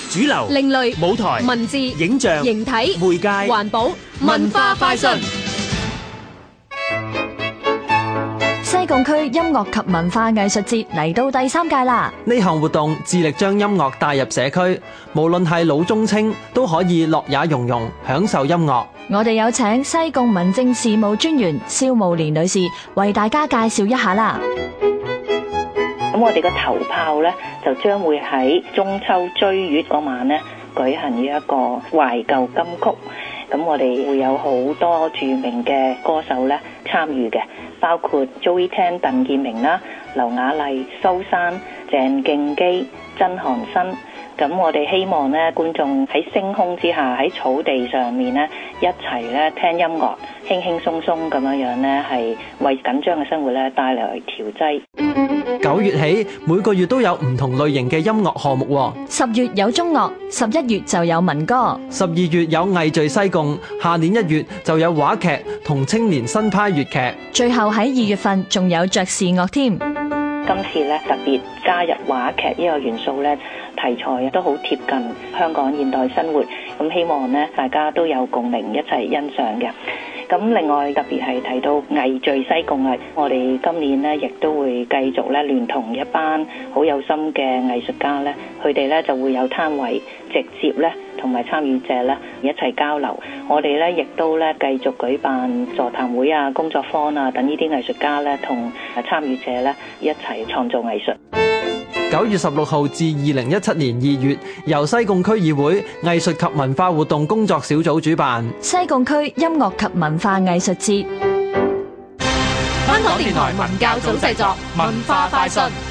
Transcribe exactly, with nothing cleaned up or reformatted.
主流、 另類舞台、 文字、 影像、 形體、 媒介、 環保、文化快訊。 西貢區音樂及文化藝術節嚟到第三屆啦！ 呢項活動致力將音樂帶入社區，無論係老中青都可以樂也融融，享受音樂。 我哋有請西貢民政事務專員蕭慕蓮女士為大家介紹一下啦。 咁我哋個頭炮呢，就將會喺中秋追月嗰晚呢舉行呢一個懷舊金曲。咁我哋會有好多著名嘅歌手呢參與嘅，包括 Joey Tan、鄧健明啦、劉雅麗、蘇珊、鄭敬基、曾韓新。咁我哋希望呢觀眾喺星空之下，喺草地上面呢一齊呢聽音樂，輕輕鬆鬆咁樣樣呢係為緊張嘅生活呢帶來調劑。 九月起，每個月都有唔同類型嘅音樂項目。 十月有中樂，十一月就有民歌， 十二月有藝聚西貢，下年一月就有話劇同青年新派粵劇， 最後喺二月份仲有爵士樂添。 今次咧特別加入話劇呢個元素咧，題材都好貼近香港現代生活，咁希望咧大家都有共鳴一齊欣賞嘅。咁另外特別係提到藝聚西貢啊，我哋今年咧亦都會繼續咧聯同一班好有心嘅藝術家咧，佢哋咧就會有攤位直接咧同埋參與者咧一齊交流。我哋咧亦都咧繼續舉辦座談會啊、工作坊啊等呢啲藝術家咧同參與者咧一齊創造藝術。 九月十六號至二零一七年二月，由西貢區議會藝術及文化活動工作小組主辦西貢區音樂及文化藝術節。 香港電台文教組製作，文化快訊。